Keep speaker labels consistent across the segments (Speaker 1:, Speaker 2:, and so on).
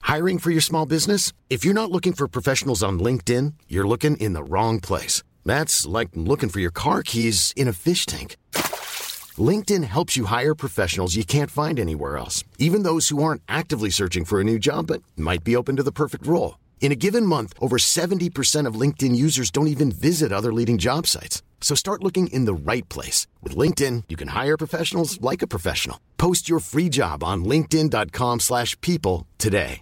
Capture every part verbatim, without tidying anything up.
Speaker 1: Hiring for your small business? If you're not looking for professionals on LinkedIn, you're looking in the wrong place. That's like looking for your car keys in a fish tank. LinkedIn helps you hire professionals you can't find anywhere else, even those who aren't actively searching for a new job but might be open to the perfect role. In a given month, over seventy percent of LinkedIn users don't even visit other leading job sites. So start looking in the right place. With LinkedIn, you can hire professionals like a professional. Post your free job on linkedin dot com slash people today.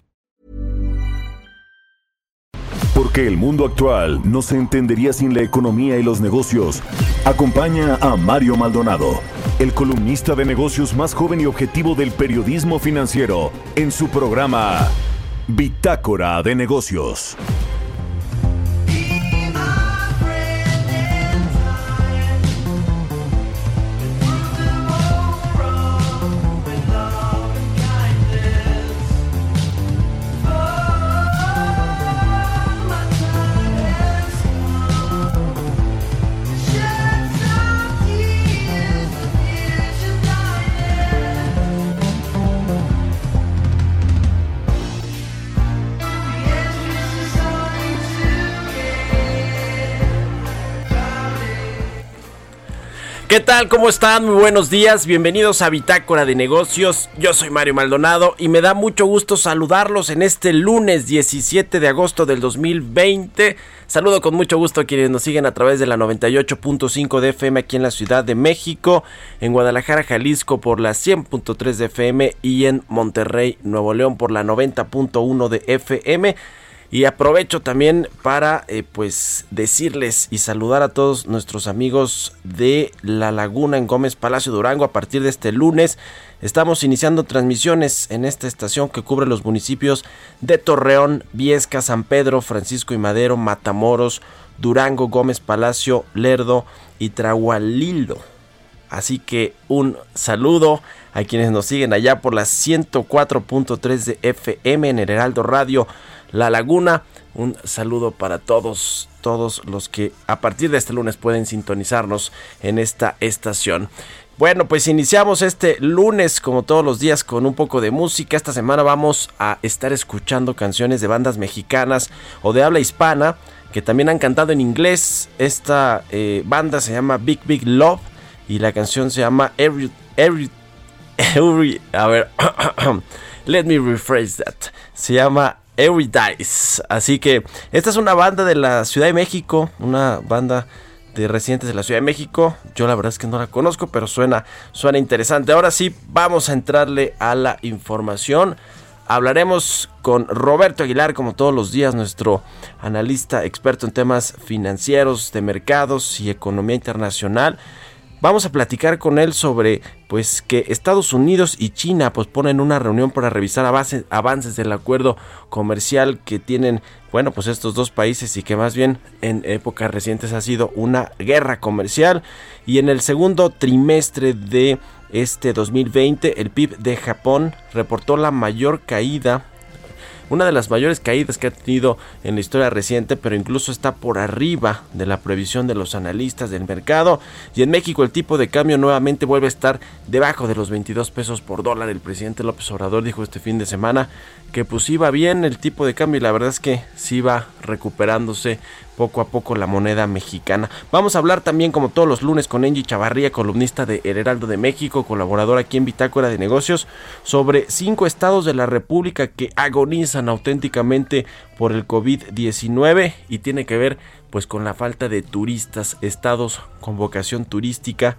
Speaker 2: Porque el mundo actual no se entendería sin la economía y los negocios. Acompaña a Mario Maldonado, el columnista de negocios más joven y objetivo del periodismo financiero, en su programa Bitácora de Negocios.
Speaker 3: ¿Qué tal? ¿Cómo están? Muy buenos días, bienvenidos a Bitácora de Negocios. Yo soy Mario Maldonado y me da mucho gusto saludarlos en este lunes diecisiete de agosto del dos mil veinte. Saludo con mucho gusto a quienes nos siguen a través de la noventa y ocho punto cinco de F M aquí en la Ciudad de México, en Guadalajara, Jalisco por la cien punto tres de F M y en Monterrey, Nuevo León por la noventa punto uno de F M. Y aprovecho también para eh, pues decirles y saludar a todos nuestros amigos de La Laguna en Gómez Palacio, Durango. A partir de este lunes estamos iniciando transmisiones en esta estación que cubre los municipios de Torreón, Viesca, San Pedro, Francisco y Madero, Matamoros, Durango, Gómez Palacio, Lerdo y Trahualilo. Así que un saludo a quienes nos siguen allá por la ciento cuatro punto tres de F M en el Heraldo Radio La Laguna. Un saludo para todos, todos los que a partir de este lunes pueden sintonizarnos en esta estación. Bueno, pues iniciamos este lunes como todos los días con un poco de música. Esta semana vamos a estar escuchando canciones de bandas mexicanas o de habla hispana que también han cantado en inglés. Esta eh, banda se llama Big Big Love y la canción se llama Every... Every, every a ver, let me rephrase that. Se llama Every Dice. Así que esta es una banda de la Ciudad de México, una banda de residentes de la Ciudad de México. Yo la verdad es que no la conozco, pero suena, suena interesante. Ahora sí, vamos a entrarle a la información. Hablaremos con Roberto Aguilar, como todos los días, nuestro analista experto en temas financieros, de mercados y economía internacional. Vamos a platicar con él sobre pues que Estados Unidos y China posponen una reunión para revisar avances, avances del acuerdo comercial que tienen, bueno, pues estos dos países y que más bien en épocas recientes ha sido una guerra comercial. Y en el segundo trimestre de este dos mil veinte, el P I B de Japón reportó la mayor caída, una de las mayores caídas que ha tenido en la historia reciente, pero incluso está por arriba de la previsión de los analistas del mercado. Y en México el tipo de cambio nuevamente vuelve a estar debajo de los veintidós pesos por dólar. El presidente López Obrador dijo este fin de semana que pues iba bien el tipo de cambio y la verdad es que sí va recuperándose poco a poco la moneda mexicana. Vamos a hablar también, como todos los lunes, con Angie Chavarría, columnista de El Heraldo de México, colaboradora aquí en Bitácora de Negocios, sobre cinco estados de la República que agonizan auténticamente por el covid diecinueve y tiene que ver pues con la falta de turistas, estados con vocación turística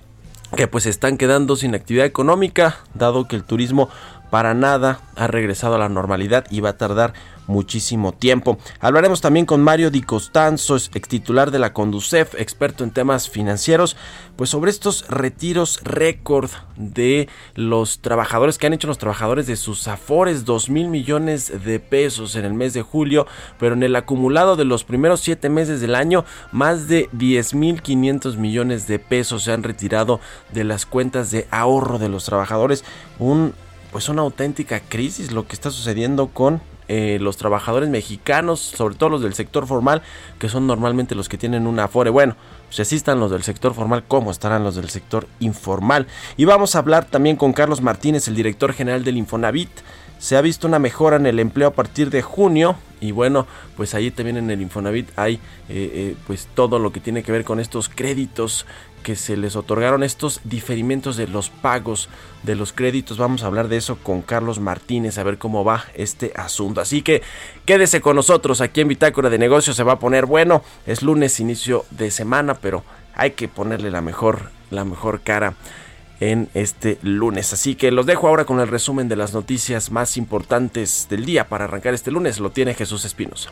Speaker 3: que pues están quedando sin actividad económica, dado que el turismo para nada ha regresado a la normalidad y va a tardar muchísimo tiempo. Hablaremos también con Mario Di Costanzo, ex titular de la Conducef, experto en temas financieros, pues sobre estos retiros récord de los trabajadores que han hecho los trabajadores de sus afores, dos mil millones de pesos en el mes de julio, pero en el acumulado de los primeros siete meses del año, más de diez mil quinientos millones de pesos se han retirado de las cuentas de ahorro de los trabajadores. Un pues una auténtica crisis lo que está sucediendo con eh, los trabajadores mexicanos, sobre todo los del sector formal, que son normalmente los que tienen un afore. Bueno, si así están los del sector formal, ¿cómo estarán los del sector informal? Y vamos a hablar también con Carlos Martínez, el director general del Infonavit. Se ha visto una mejora en el empleo a partir de junio y bueno, pues ahí también en el Infonavit hay eh, eh, pues todo lo que tiene que ver con estos créditos que se les otorgaron, estos diferimientos de los pagos de los créditos. Vamos a hablar de eso con Carlos Martínez, a ver cómo va este asunto. Así que quédese con nosotros aquí en Bitácora de Negocios, se va a poner bueno. Es lunes, inicio de semana, pero hay que ponerle la mejor, la mejor cara en este lunes. Así que los dejo ahora con el resumen de las noticias más importantes del día para arrancar este lunes. Lo tiene Jesús Espinosa.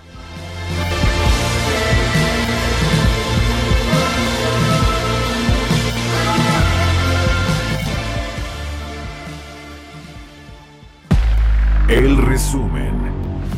Speaker 2: El resumen.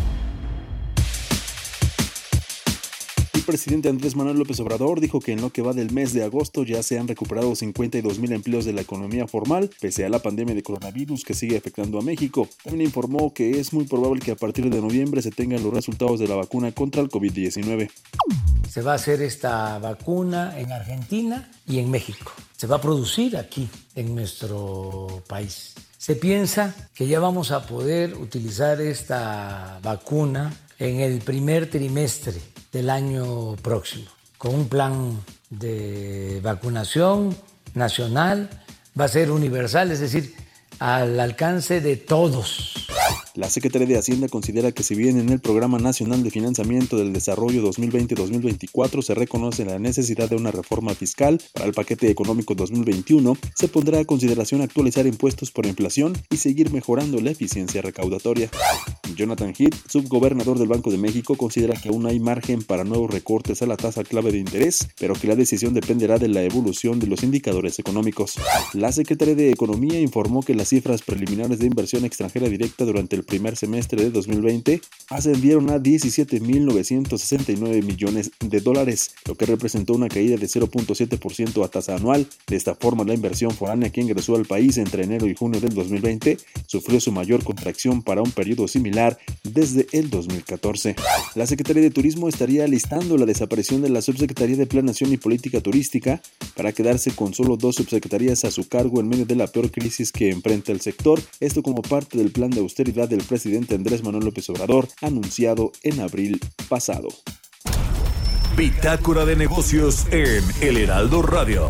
Speaker 4: El presidente Andrés Manuel López Obrador dijo que en lo que va del mes de agosto ya se han recuperado cincuenta y dos mil empleos de la economía formal, pese a la pandemia de coronavirus que sigue afectando a México. También informó que es muy probable que a partir de noviembre se tengan los resultados de la vacuna contra el covid diecinueve.
Speaker 5: Se va a hacer esta vacuna en Argentina y en México. Se va a producir aquí, en nuestro país. Se piensa que ya vamos a poder utilizar esta vacuna en el primer trimestre del año próximo, con un plan de vacunación nacional, va a ser universal, es decir, al alcance de todos.
Speaker 4: La Secretaría de Hacienda considera que si bien en el Programa Nacional de Financiamiento del Desarrollo dos mil veinte a dos mil veinticuatro se reconoce la necesidad de una reforma fiscal para el paquete económico dos mil veintiuno, se pondrá a consideración actualizar impuestos por inflación y seguir mejorando la eficiencia recaudatoria. Jonathan Heath, subgobernador del Banco de México, considera que aún hay margen para nuevos recortes a la tasa clave de interés, pero que la decisión dependerá de la evolución de los indicadores económicos. La Secretaría de Economía informó que las cifras preliminares de inversión extranjera directa durante el primer semestre de dos mil veinte ascendieron a diecisiete mil novecientos sesenta y nueve millones de dólares, lo que representó una caída de cero punto siete por ciento a tasa anual. De esta forma, la inversión foránea que ingresó al país entre enero y junio del dos mil veinte sufrió su mayor contracción para un periodo similar desde el dos mil catorce. La Secretaría de Turismo estaría listando la desaparición de la Subsecretaría de Planeación y Política Turística para quedarse con solo dos subsecretarías a su cargo en medio de la peor crisis que enfrenta el sector, esto como parte del plan de austeridad del presidente Andrés Manuel López Obrador, anunciado en abril pasado.
Speaker 2: Bitácora de Negocios en El Heraldo Radio.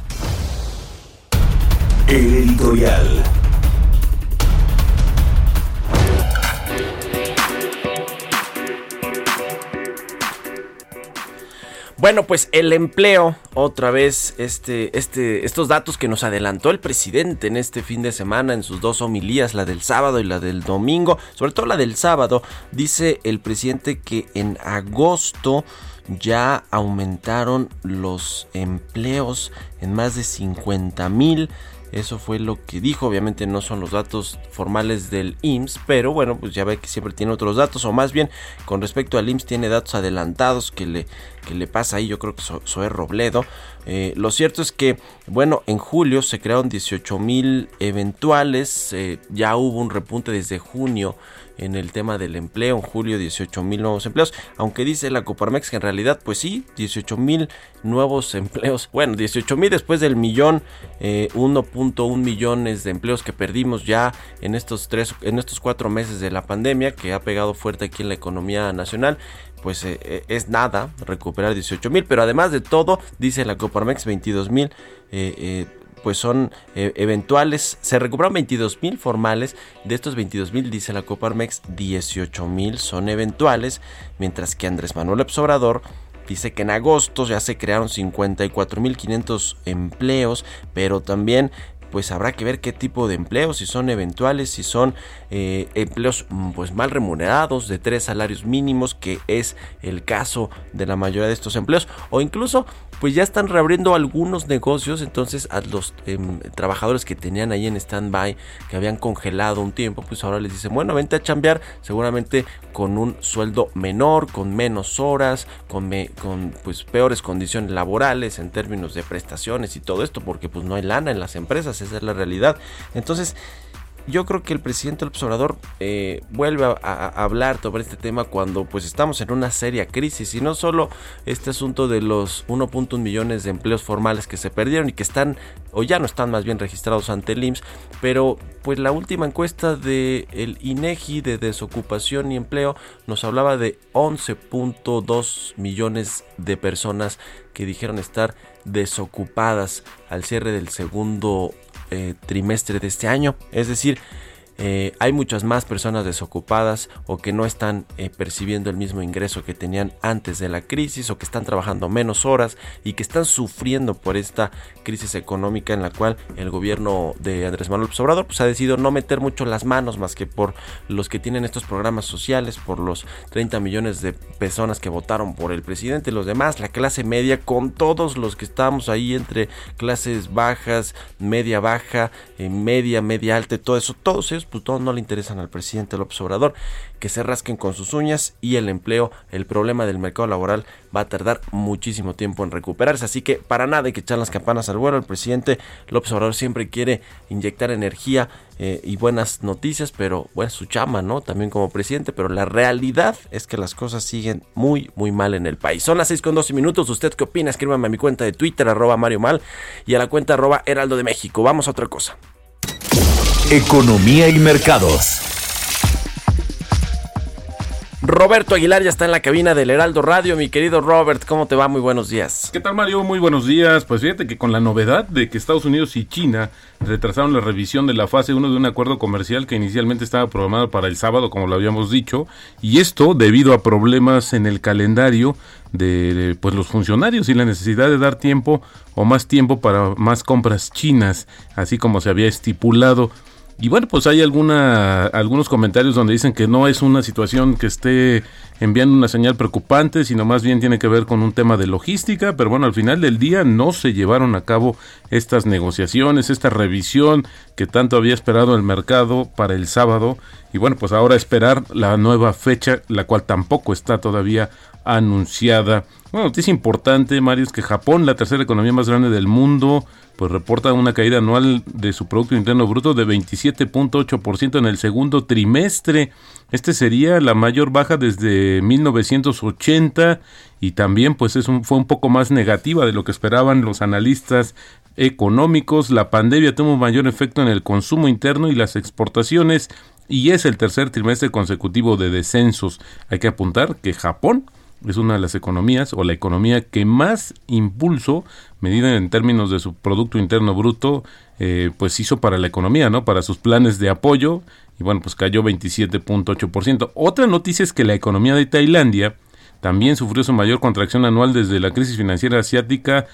Speaker 2: El editorial.
Speaker 3: Bueno, pues el empleo, otra vez, este, este, estos datos que nos adelantó el presidente en este fin de semana en sus dos homilías, la del sábado y la del domingo, sobre todo la del sábado, dice el presidente que en agosto ya aumentaron los empleos en más de cincuenta mil. Eso fue lo que dijo. Obviamente no son los datos formales del I M S S, pero bueno, pues ya ve que siempre tiene otros datos, o más bien con respecto al I M S S tiene datos adelantados que le, que le pasa ahí, yo creo que Zoé Robledo. Eh, lo cierto es que, bueno, en julio se crearon dieciocho mil eventuales, eh, ya hubo un repunte desde junio en el tema del empleo, en julio dieciocho mil nuevos empleos, aunque dice la Coparmex que en realidad pues sí, dieciocho mil nuevos empleos, bueno, dieciocho mil después del millón, eh, uno punto uno millones de empleos que perdimos ya en estos tres, en estos cuatro meses de la pandemia, que ha pegado fuerte aquí en la economía nacional. Pues eh, es nada recuperar dieciocho mil, pero además de todo, dice la Coparmex, veintidós mil eh, eh, pues son eh, eventuales. Se recuperaron veintidós mil formales, de estos veintidós mil, dice la Coparmex, dieciocho mil son eventuales, mientras que Andrés Manuel López Obrador dice que en agosto ya se crearon cincuenta y cuatro mil quinientos empleos, pero también pues habrá que ver qué tipo de empleos, si son eventuales, si son eh, empleos pues mal remunerados de tres salarios mínimos, que es el caso de la mayoría de estos empleos, o incluso pues ya están reabriendo algunos negocios, entonces a los eh, trabajadores que tenían ahí en stand-by, que habían congelado un tiempo, pues ahora les dicen, bueno, vente a chambear, seguramente con un sueldo menor, con menos horas, con, me, con pues peores condiciones laborales en términos de prestaciones y todo esto, porque pues no hay lana en las empresas, esa es la realidad. Entonces yo creo que el presidente López Obrador eh, vuelve a, a, a hablar sobre este tema cuando pues estamos en una seria crisis, y no solo este asunto de los uno punto uno millones de empleos formales que se perdieron y que están, o ya no están más bien registrados ante el I M S S, pero pues la última encuesta del INEGI de desocupación y empleo nos hablaba de once punto dos millones de personas que dijeron estar desocupadas al cierre del segundo eh, trimestre de este año. Es decir, eh, hay muchas más personas desocupadas o que no están eh, percibiendo el mismo ingreso que tenían antes de la crisis, o que están trabajando menos horas y que están sufriendo por esta crisis económica en la cual el gobierno de Andrés Manuel López Obrador pues, ha decidido no meter mucho las manos más que por los que tienen estos programas sociales, por los treinta millones de personas que votaron por el presidente, los demás, la clase media, con todos los que estamos ahí entre clases bajas, media baja, eh, media, media alta, todo eso, todos ellos pues todos no le interesan al presidente López Obrador, que se rasquen con sus uñas, y el empleo, el problema del mercado laboral va a tardar muchísimo tiempo en recuperarse, así que para nada hay que echar las campanas al vuelo. El presidente López Obrador siempre quiere inyectar energía eh, y buenas noticias, pero bueno, su chama, ¿no? También como presidente, pero la realidad es que las cosas siguen muy, muy mal en el país. Son las seis con doce minutos, ¿usted qué opina? Escríbame a mi cuenta de Twitter, arroba Mario Mal, y a la cuenta arroba Heraldo de México. Vamos a otra cosa.
Speaker 2: Economía y mercados.
Speaker 3: Roberto Aguilar ya está en la cabina del Heraldo Radio. Mi querido Robert, ¿cómo te va? Muy buenos días.
Speaker 6: ¿Qué tal, Mario? Muy buenos días. Pues fíjate que con la novedad de que Estados Unidos y China retrasaron la revisión de la fase uno de un acuerdo comercial que inicialmente estaba programado para el sábado, como lo habíamos dicho, y esto debido a problemas en el calendario de, de pues los funcionarios y la necesidad de dar tiempo o más tiempo para más compras chinas, así como se había estipulado. Y bueno, pues hay alguna, algunos comentarios donde dicen que no es una situación que esté enviando una señal preocupante, sino más bien tiene que ver con un tema de logística, pero bueno, al final del día no se llevaron a cabo estas negociaciones, esta revisión que tanto había esperado el mercado para el sábado, y bueno, pues ahora esperar la nueva fecha, la cual tampoco está todavía anunciada. Una noticia importante, Mario, es que Japón, la tercera economía más grande del mundo, pues reporta una caída anual de su Producto Interno Bruto de veintisiete punto ocho por ciento en el segundo trimestre. Este sería la mayor baja desde mil novecientos ochenta, y también pues es un, fue un poco más negativa de lo que esperaban los analistas económicos. La pandemia tuvo un mayor efecto en el consumo interno y las exportaciones, y es el tercer trimestre consecutivo de descensos. Hay que apuntar que Japón es una de las economías o la economía que más impulso, medida en términos de su Producto Interno Bruto, eh, pues hizo para la economía, ¿no? Para sus planes de apoyo, y bueno, pues cayó veintisiete punto ocho por ciento. Otra noticia es que la economía de Tailandia también sufrió su mayor contracción anual desde la crisis financiera asiática.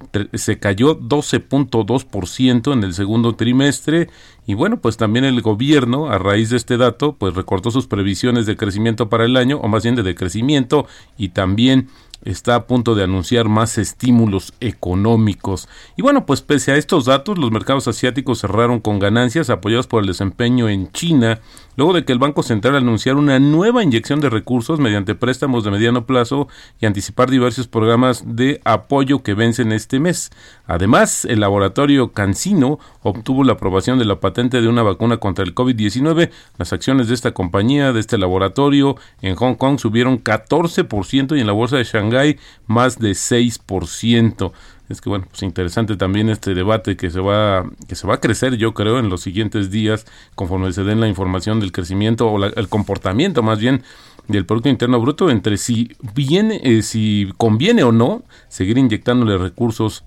Speaker 6: Se cayó doce punto dos por ciento en el segundo trimestre, y bueno, pues también el gobierno, a raíz de este dato, pues recortó sus previsiones de crecimiento para el año, o más bien de decrecimiento, y también está a punto de anunciar más estímulos económicos. Y bueno, pues pese a estos datos, los mercados asiáticos cerraron con ganancias apoyados por el desempeño en China, luego de que el Banco Central anunciara una nueva inyección de recursos mediante préstamos de mediano plazo y anticipar diversos programas de apoyo que vencen este mes. Además, el laboratorio CanSino obtuvo la aprobación de la patente de una vacuna contra el COVID diecinueve. Las acciones de esta compañía, de este laboratorio, en Hong Kong subieron catorce por ciento y en la bolsa de Shanghái más de seis por ciento. Es que bueno, pues interesante también este debate que se va que se va a crecer, yo creo, en los siguientes días, conforme se den la información del crecimiento o la, el comportamiento más bien del Producto Interno Bruto, entre si viene, eh, si conviene o no seguir inyectándole recursos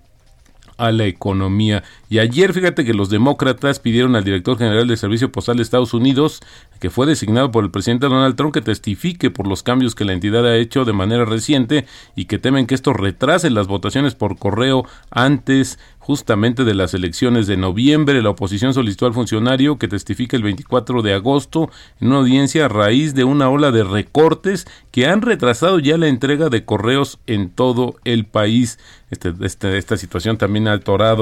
Speaker 6: a la economía. Y ayer, fíjate que los demócratas pidieron al director general del Servicio Postal de Estados Unidos, que fue designado por el presidente Donald Trump, que testifique por los cambios que la entidad ha hecho de manera reciente, y que temen que esto retrase las votaciones por correo antes justamente de las elecciones de noviembre. La oposición solicitó al funcionario que testifique el veinticuatro de agosto en una audiencia a raíz de una ola de recortes que han retrasado ya la entrega de correos en todo el país. Este, este, esta situación también ha atorado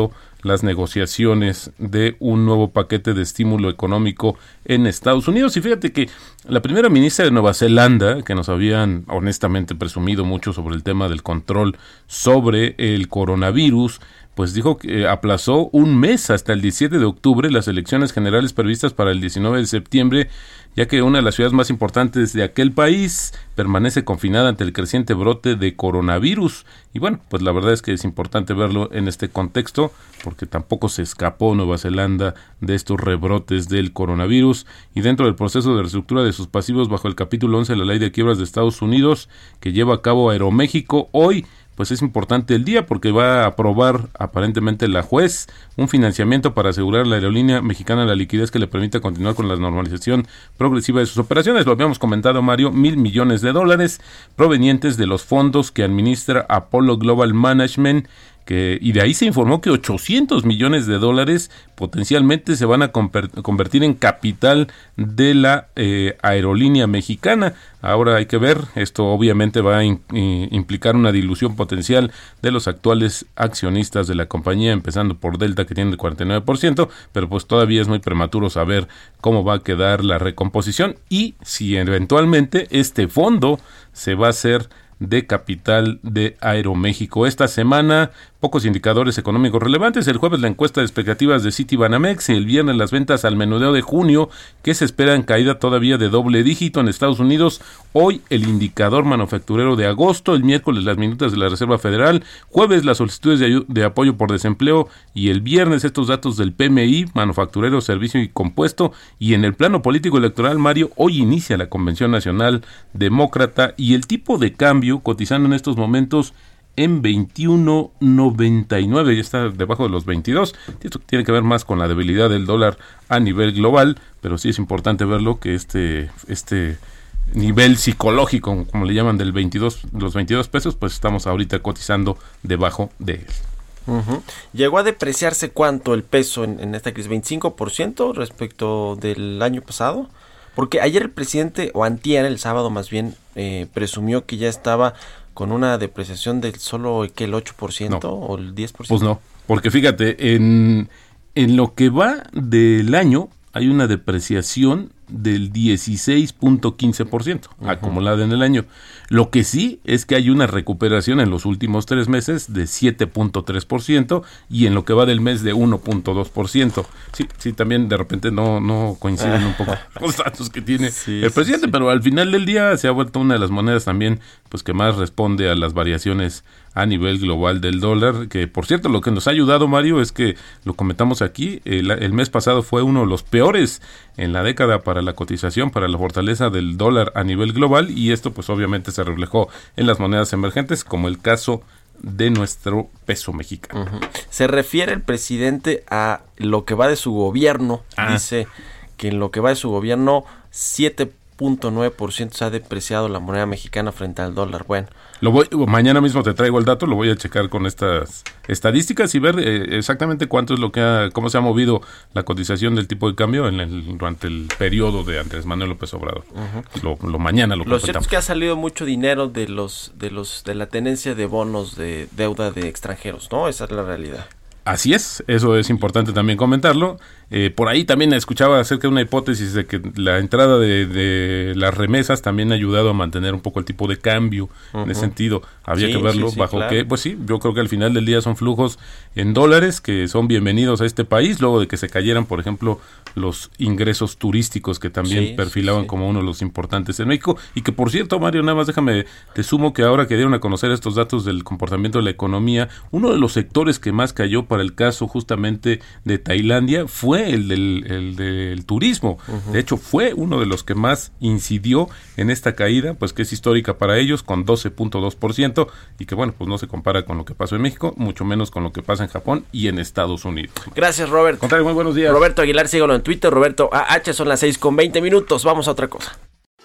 Speaker 6: las negociaciones de un nuevo paquete de estímulo económico en Estados Unidos. Y fíjate que la primera ministra de Nueva Zelanda, que nos habían honestamente presumido mucho sobre el tema del control sobre el coronavirus, pues dijo que aplazó un mes hasta el diecisiete de octubre las elecciones generales previstas para el diecinueve de septiembre, ya que una de las ciudades más importantes de aquel país permanece confinada ante el creciente brote de coronavirus. Y bueno, pues la verdad es que es importante verlo en este contexto, porque tampoco se escapó Nueva Zelanda de estos rebrotes del coronavirus. Y dentro del proceso de reestructura de sus pasivos bajo el capítulo once de la Ley de Quiebras de Estados Unidos, que lleva a cabo Aeroméxico, hoy pues es importante el día porque va a aprobar aparentemente la juez un financiamiento para asegurar a la aerolínea mexicana la liquidez que le permita continuar con la normalización progresiva de sus operaciones. Lo habíamos comentado, Mario, mil millones de dólares provenientes de los fondos que administra Apollo Global Management, que, y de ahí se informó que ochocientos millones de dólares potencialmente se van a convertir en capital de la eh, aerolínea mexicana. Ahora hay que ver, esto obviamente va a in, eh, implicar una dilución potencial de los actuales accionistas de la compañía, empezando por Delta, que tiene el cuarenta y nueve por ciento, pero pues todavía es muy prematuro saber cómo va a quedar la recomposición y si eventualmente este fondo se va a hacer de capital de Aeroméxico. Esta semana, pocos indicadores económicos relevantes. El jueves la encuesta de expectativas de Citibanamex, el viernes las ventas al menudeo de junio, que se esperan caída todavía de doble dígito en Estados Unidos. Hoy el indicador manufacturero de agosto, el miércoles las minutas de la Reserva Federal, jueves las solicitudes de, de apoyo por desempleo y el viernes estos datos del P M I, manufacturero, servicio y compuesto. Y en el plano político electoral, Mario, hoy inicia la Convención Nacional Demócrata y el tipo de cambio cotizando en estos momentos en veintiuno noventa y nueve, ya está debajo de los veintidós. Esto tiene que ver más con la debilidad del dólar a nivel global, pero sí es importante verlo que este este nivel psicológico, como le llaman, del veintidós, los veintidós pesos, pues estamos ahorita cotizando debajo de él.
Speaker 3: Uh-huh. ¿Llegó a depreciarse cuánto el peso en, en esta crisis? ¿veinticinco por ciento respecto del año pasado? Porque ayer el presidente, o antier, el sábado más bien, eh, presumió que ya estaba con una depreciación del solo, ¿qué? ¿El ocho por ciento no, o el diez por ciento?
Speaker 6: Pues no, porque fíjate, en, en lo que va del año hay una depreciación del dieciséis punto quince por ciento uh-huh. acumulada en el año. Lo que sí es que hay una recuperación en los últimos tres meses de siete punto tres por ciento y en lo que va del mes de uno punto dos por ciento. Sí, sí, también de repente no, no coinciden un poco los datos que tiene sí, el presidente, sí, sí. Pero al final del día se ha vuelto una de las monedas también pues que más responde a las variaciones a nivel global del dólar, que por cierto lo que nos ha ayudado, Mario, es que lo comentamos aquí, el, el mes pasado fue uno de los peores en la década para la cotización, para la fortaleza del dólar a nivel global, y esto pues obviamente se reflejó en las monedas emergentes, como el caso de nuestro peso mexicano.
Speaker 3: Uh-huh. Se refiere el presidente a lo que va de su gobierno, ah. dice que en lo que va de su gobierno siete punto nueve por ciento se ha depreciado la moneda mexicana frente al dólar. Bueno,
Speaker 6: lo voy, mañana mismo te traigo el dato, lo voy a checar con estas estadísticas y ver eh, exactamente cuánto es lo que ha, cómo se ha movido la cotización del tipo de cambio en el, durante el periodo de Andrés Manuel López Obrador. Uh-huh. Lo, lo mañana lo
Speaker 3: Lo cierto es que ha salido mucho dinero de los de los de la tenencia de bonos de deuda de extranjeros, ¿no? Esa es la realidad.
Speaker 6: Así es, eso es importante también comentarlo. Eh, por ahí también escuchaba acerca de una hipótesis de que la entrada de, de las remesas también ha ayudado a mantener un poco el tipo de cambio. Uh-huh. En ese sentido, había sí, que verlo sí, sí, bajo claro. que, pues sí, yo creo que al final del día son flujos en dólares que son bienvenidos a este país, luego de que se cayeran, por ejemplo, los ingresos turísticos que también sí, perfilaban sí, sí. como uno de los importantes en México. Y que, por cierto, Mario, nada más déjame, te sumo que ahora que dieron a conocer estos datos del comportamiento de la economía, uno de los sectores que más cayó para el caso justamente de Tailandia fue el del, el del turismo. Uh-huh. De hecho, fue uno de los que más incidió en esta caída, pues que es histórica para ellos, con doce punto dos por ciento, y que bueno, pues no se compara con lo que pasó en México, mucho menos con lo que pasa en Japón y en Estados Unidos.
Speaker 3: Gracias, Robert.
Speaker 6: Contrario, muy buenos días.
Speaker 3: Roberto Aguilar, síguelo en Twitter, Roberto A H, son las seis con veinte minutos, vamos a otra cosa.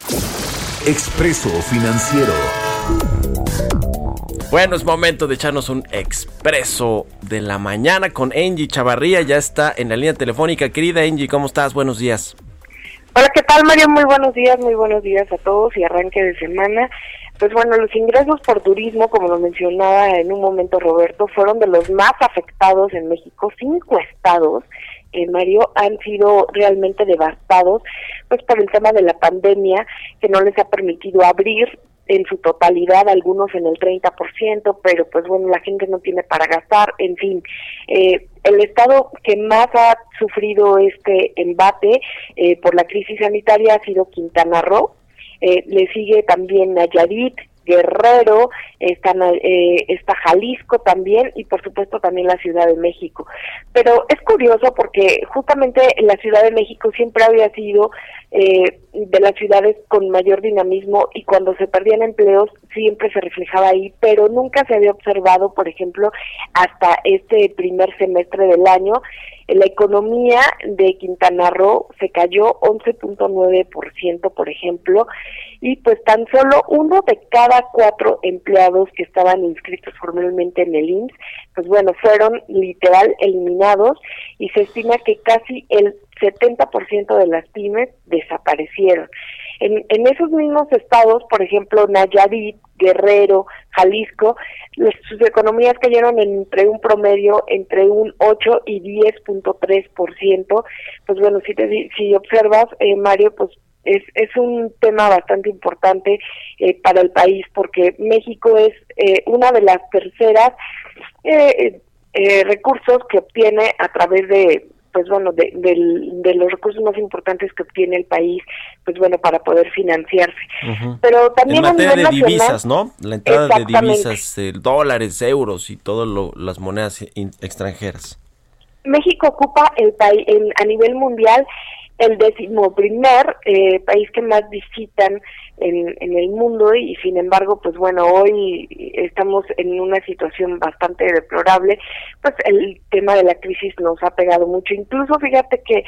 Speaker 2: Expreso Financiero.
Speaker 3: Bueno, es momento de echarnos un expreso de la mañana con Angie Chavarría. Ya está en la línea telefónica. Querida Angie, ¿cómo estás? Buenos días.
Speaker 7: Hola, ¿qué tal, Mario? Muy buenos días, muy buenos días a todos y arranque de semana. Pues bueno, los ingresos por turismo, como lo mencionaba en un momento Roberto, fueron de los más afectados en México. Cinco estados, eh, Mario, han sido realmente devastados, pues por el tema de la pandemia, que no les ha permitido abrir en su totalidad, algunos en el treinta por ciento, pero pues bueno, la gente no tiene para gastar, en fin. Eh, el estado que más ha sufrido este embate eh, por la crisis sanitaria ha sido Quintana Roo, eh, le sigue también Nayarit, Guerrero, está, eh, está Jalisco también y por supuesto también la Ciudad de México. Pero es curioso porque justamente la Ciudad de México siempre había sido eh, de las ciudades con mayor dinamismo y cuando se perdían empleos siempre se reflejaba ahí, pero nunca se había observado, por ejemplo, hasta este primer semestre del año, la economía de Quintana Roo se cayó once punto nueve por ciento, por ejemplo, y pues tan solo uno de cada cuatro empleados que estaban inscritos formalmente en el I M S S, pues bueno, fueron literal eliminados y se estima que casi el setenta por ciento de las pymes desaparecieron. En, en esos mismos estados, por ejemplo, Nayarit, Guerrero, Jalisco, les, sus economías cayeron entre un promedio entre un ocho y diez punto tres por ciento. Pues bueno, si te, si observas, eh, Mario, pues es es un tema bastante importante eh, para el país porque México es eh, una de las terceras eh, eh, recursos que obtiene a través de pues bueno, de, de, de los recursos más importantes que obtiene el país, pues bueno, para poder financiarse. Uh-huh. Pero también
Speaker 3: en materia
Speaker 7: a nivel
Speaker 3: de
Speaker 7: nacional,
Speaker 3: divisas, ¿no? La entrada de divisas, eh, dólares, euros y todas las monedas in, extranjeras.
Speaker 7: México ocupa el país a nivel mundial el decimoprimer eh, país que más visitan en, en el mundo y sin embargo, pues bueno, hoy estamos en una situación bastante deplorable, pues el tema de la crisis nos ha pegado mucho, incluso fíjate que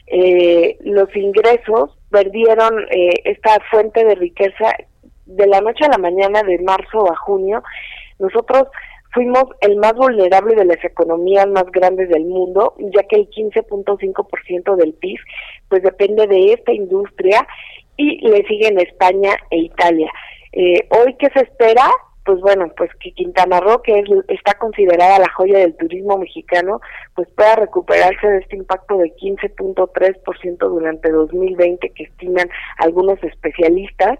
Speaker 7: eh, los ingresos perdieron eh, esta fuente de riqueza de la noche a la mañana, de marzo a junio. Nosotros fuimos el más vulnerable de las economías más grandes del mundo, ya que el quince punto cinco por ciento del P I B pues depende de esta industria y le siguen España e Italia. Eh, hoy, ¿qué se espera? Pues bueno, pues que Quintana Roo, que es, está considerada la joya del turismo mexicano, pues pueda recuperarse de este impacto de quince punto tres por ciento durante dos mil veinte que estiman algunos especialistas.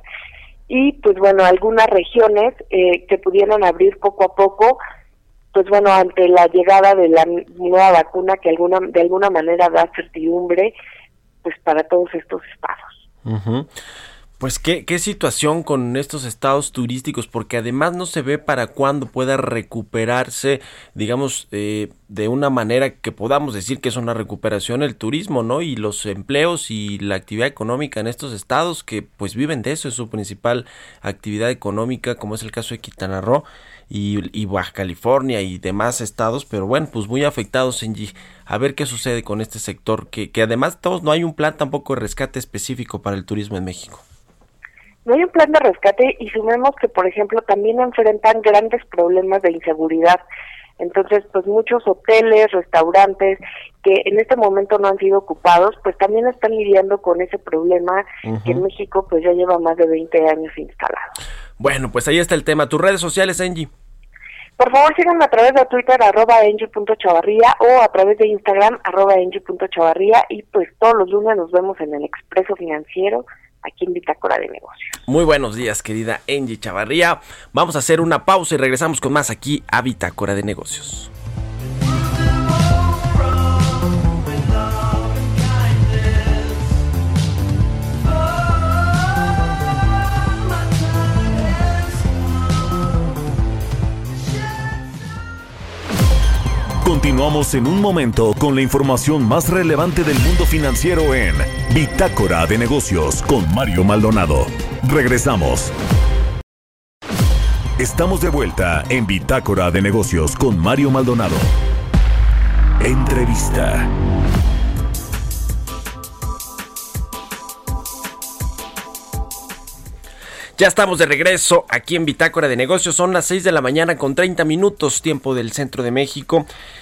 Speaker 7: Y pues bueno, algunas regiones eh, que pudieran abrir poco a poco, pues bueno, ante la llegada de la nueva vacuna que alguna de alguna manera da certidumbre pues para todos estos estados.
Speaker 3: Uh-huh. Pues qué, qué situación con estos estados turísticos, porque además no se ve para cuándo pueda recuperarse, digamos, eh, de una manera que podamos decir que es una recuperación el turismo, ¿no? Y los empleos y la actividad económica en estos estados que pues viven de eso, es su principal actividad económica, como es el caso de Quintana Roo y, y Baja California y demás estados, pero bueno, pues muy afectados en G. A ver qué sucede con este sector, que, que además todos no hay un plan tampoco de rescate específico para el turismo en México.
Speaker 7: No hay un plan de rescate y sumemos que, por ejemplo, también enfrentan grandes problemas de inseguridad. Entonces, pues muchos hoteles, restaurantes que en este momento no han sido ocupados, pues también están lidiando con ese problema uh-huh. que en México pues ya lleva más de veinte años instalado.
Speaker 3: Bueno, pues ahí está el tema. ¿Tus redes sociales, Angie?
Speaker 7: Por favor, síganme a través de Twitter, arroba Angie punto Chavarría, o a través de Instagram, arroba Angie punto Chavarría, y pues todos los lunes nos vemos en el Expreso Financiero, aquí en Bitácora de Negocios.
Speaker 3: Muy buenos días, querida Angie Chavarría. Vamos a hacer una pausa y regresamos con más aquí a Bitácora de Negocios.
Speaker 2: Continuamos en un momento con la información más relevante del mundo financiero en Bitácora de Negocios con Mario Maldonado. Regresamos. Estamos de vuelta en Bitácora de Negocios con Mario Maldonado. Entrevista.
Speaker 3: Ya estamos de regreso aquí en Bitácora de Negocios. Son las seis de la mañana con treinta minutos, tiempo del centro de México.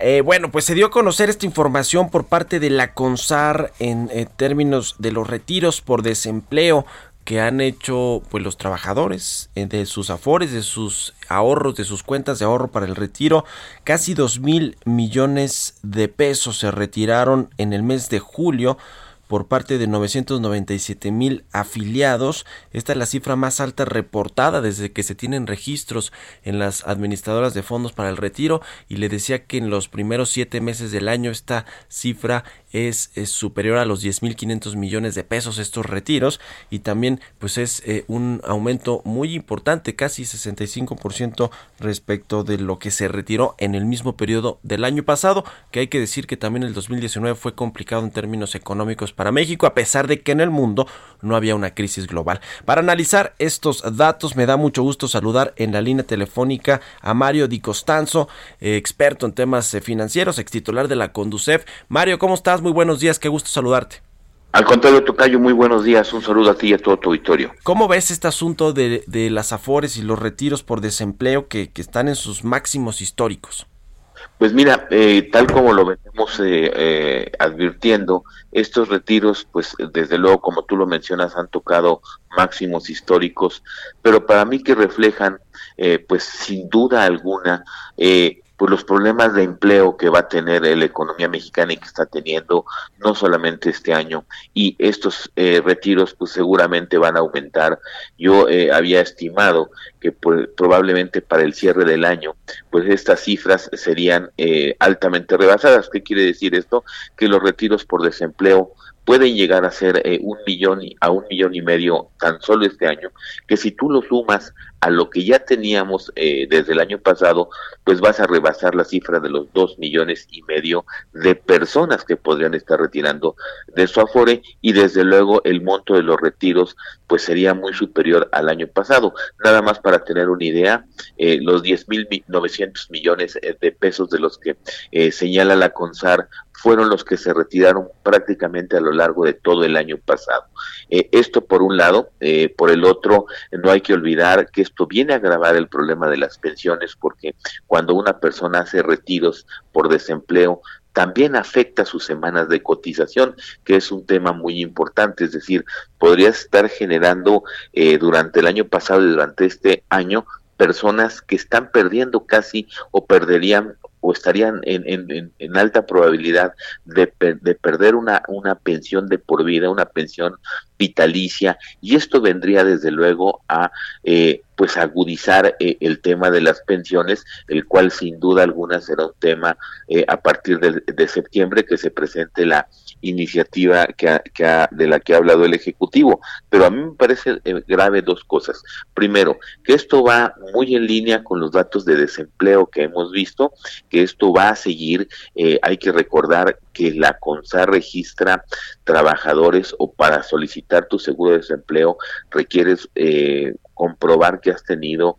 Speaker 3: Eh, bueno, pues se dio a conocer esta información por parte de la CONSAR en eh, términos de los retiros por desempleo que han hecho pues los trabajadores eh, de sus afores, de sus ahorros, de sus cuentas de ahorro para el retiro. Casi dos mil millones de pesos se retiraron en el mes de julio por parte de novecientos noventa y siete mil afiliados. Esta es la cifra más alta reportada desde que se tienen registros en las administradoras de fondos para el retiro, y le decía que en los primeros siete meses del año esta cifra es, es superior a los diez mil quinientos millones de pesos estos retiros, y también pues es eh, un aumento muy importante, casi sesenta y cinco por ciento respecto de lo que se retiró en el mismo periodo del año pasado, que hay que decir que también el dos mil diecinueve fue complicado en términos económicos para México, a pesar de que en el mundo no había una crisis global. Para analizar estos datos me da mucho gusto saludar en la línea telefónica a Mario Di Costanzo, eh, experto en temas eh, financieros, extitular de la Conducef. Mario, ¿cómo estás? Muy buenos días, qué gusto saludarte.
Speaker 8: Al contrario, tocayo, muy buenos días, un saludo a ti y a todo tu auditorio.
Speaker 3: ¿Cómo ves este asunto de, de las afores y los retiros por desempleo que, que están en sus máximos históricos?
Speaker 8: Pues mira, eh, tal como lo venimos eh, eh, advirtiendo, estos retiros, pues desde luego, como tú lo mencionas, han tocado máximos históricos, pero para mí que reflejan, eh, pues sin duda alguna, eh, pues los problemas de empleo que va a tener la economía mexicana y que está teniendo no solamente este año, y estos eh, retiros pues seguramente van a aumentar. Yo eh, había estimado que pues, probablemente para el cierre del año pues estas cifras serían eh, altamente rebasadas. ¿Qué quiere decir esto? Que los retiros por desempleo pueden llegar a ser eh, un millón a un millón y medio tan solo este año, que si tú lo sumas a lo que ya teníamos eh, desde el año pasado, pues vas a rebasar la cifra de los dos millones y medio de personas que podrían estar retirando de su afore, y desde luego el monto de los retiros pues sería muy superior al año pasado. Nada más para tener una idea, eh, los diez mil novecientos millones de pesos de los que eh, señala la CONSAR fueron los que se retiraron prácticamente a lo largo de todo el año pasado. Eh, esto por un lado, eh, por el otro, no hay que olvidar que esto viene a agravar el problema de las pensiones, porque cuando una persona hace retiros por desempleo, también afecta sus semanas de cotización, que es un tema muy importante. Es decir, podría estar generando eh, durante el año pasado y durante este año personas que están perdiendo casi o perderían o estarían en, en, en alta probabilidad de, de perder una, una pensión de por vida, una pensión vitalicia, y esto vendría desde luego a eh, pues agudizar eh, el tema de las pensiones, el cual sin duda alguna será un tema eh, a partir de, de septiembre que se presente la iniciativa que ha, que ha, de la que ha hablado el Ejecutivo. Pero a mí me parece eh, grave dos cosas. Primero, que esto va muy en línea con los datos de desempleo que hemos visto, que esto va a seguir. Eh, hay que recordar que la CONSAR registra trabajadores, o para solicitar tu seguro de desempleo requieres eh, comprobar que has tenido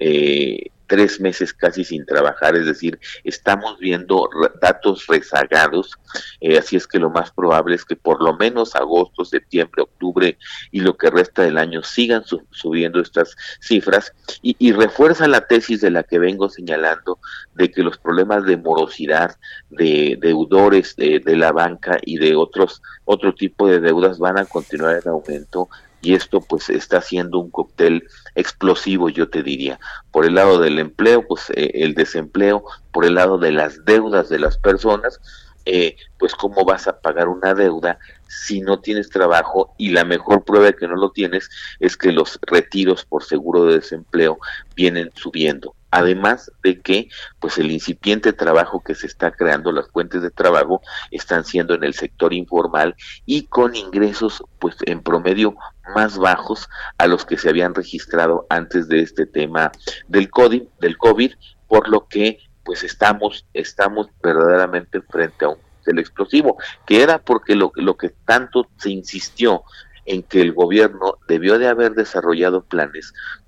Speaker 8: eh, tres meses casi sin trabajar. Es decir, estamos viendo datos rezagados, eh, así es que lo más probable es que por lo menos agosto, septiembre, octubre y lo que resta del año sigan su, subiendo estas cifras, y, y refuerza la tesis de la que vengo señalando, de que los problemas de morosidad, de deudores de, de la banca y de otros otro tipo de deudas van a continuar en aumento, y esto pues está haciendo un cóctel explosivo, yo te diría. Por el lado del empleo, pues eh, el desempleo; por el lado de las deudas de las personas, eh, pues cómo vas a pagar una deuda si no tienes trabajo, y la mejor prueba de que no lo tienes es que los retiros por seguro de desempleo vienen subiendo. Además de que pues el incipiente trabajo que se está creando, las fuentes de trabajo están siendo en el sector informal y con ingresos pues en promedio más bajos a los que se habían registrado antes de este tema del COVID, del COVID, por lo que pues estamos estamos verdaderamente frente a un del explosivo, que era porque lo, lo que tanto se insistió en que el gobierno debió de haber desarrollado planes